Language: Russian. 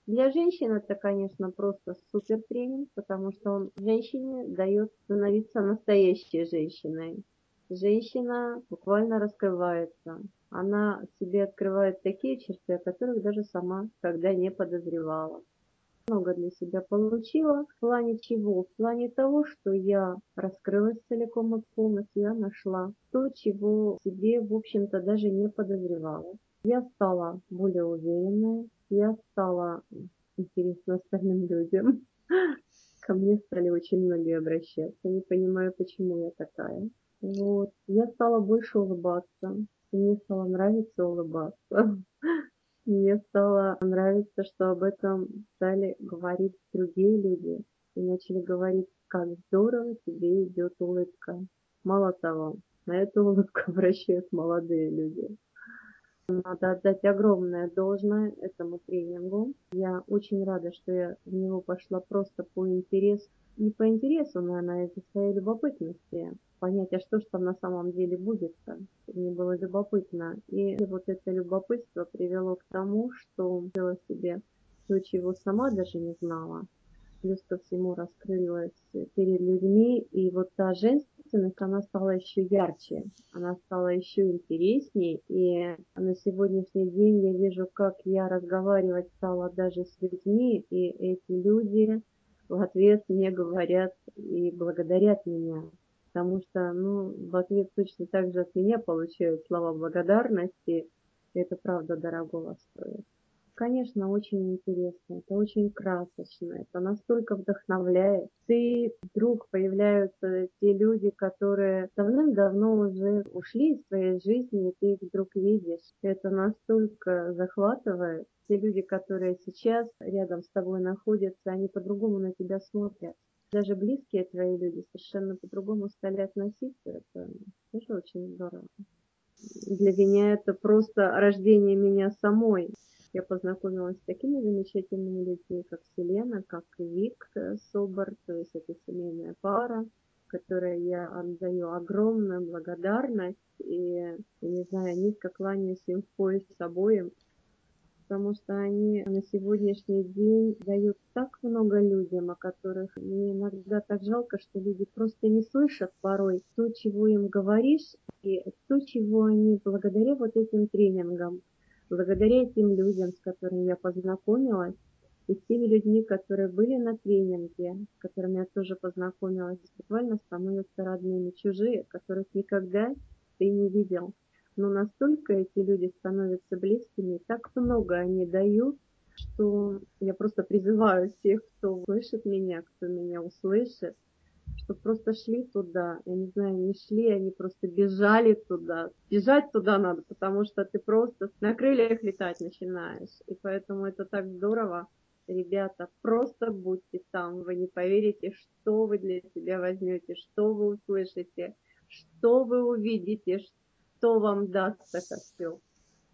Для женщин это, конечно, просто супер тренинг, потому что он женщине дает становиться настоящей женщиной. Женщина буквально раскрывается. Она в себе открывает такие черты, о которых даже сама когда не подозревала. Много для себя получила. В плане чего? В плане того, что я раскрылась целиком и полностью, я нашла то, чего в себе, в общем-то, даже не подозревала. Я стала более уверенной, я стала интересна остальным людям. Ко мне стали очень многие обращаться. Не понимаю, почему я такая. Вот. Я стала больше улыбаться. И мне стало нравиться улыбаться. Мне стало нравиться, что об этом стали говорить другие люди. И начали говорить, как здорово тебе идет улыбка. Мало того, на эту улыбку обращают молодые люди. Надо отдать огромное должное этому тренингу. Я очень рада, что я в него пошла просто по интересу. Не по интересу, наверное, а из-за своей любопытности. Понять, а что же там на самом деле будет-то. Мне было любопытно. И вот это любопытство привело к тому, что взяла себе то, чего сама даже не знала. Плюс ко всему раскрылась перед людьми, и вот та женственность, она стала еще ярче, она стала еще интереснее, и на сегодняшний день я вижу, как я разговаривать стала даже с людьми, и эти люди в ответ мне говорят и благодарят меня, потому что, ну, в ответ точно так же от меня получают слова благодарности, и это правда дорогого стоит. Конечно, очень интересно, это очень красочно, это настолько вдохновляет. Ты вдруг появляются те люди, которые давным-давно уже ушли из твоей жизни, и ты их вдруг видишь. Это настолько захватывает. Те люди, которые сейчас рядом с тобой находятся, они по-другому на тебя смотрят. Даже близкие твои люди совершенно по-другому стали относиться. Это тоже очень здорово. Для меня это просто рождение меня самой. Я познакомилась с такими замечательными людьми, как Селена, как Вик Собор, то есть это семейная пара, которой я отдаю огромную благодарность и, не знаю, низко кланяюсь им в пояс с обоим, потому что они на сегодняшний день дают так много людям, о которых мне иногда так жалко, что люди просто не слышат порой то, чего им говоришь, и то, чего они благодаря вот этим тренингам, благодаря этим людям, с которыми я познакомилась, и с теми людьми, которые были на тренинге, с которыми я тоже познакомилась, буквально становятся родными, чужие, которых никогда ты не видел. Но настолько эти люди становятся близкими, так много они дают, что я просто призываю всех, кто слышит меня, кто меня услышит, чтобы просто шли туда. Я не знаю, не шли, они просто бежали туда. Бежать туда надо, потому что ты просто на крыльях летать начинаешь. И поэтому это так здорово. Ребята, просто будьте там, вы не поверите, что вы для себя возьмете, что вы услышите, что вы увидите, что вам даст это все.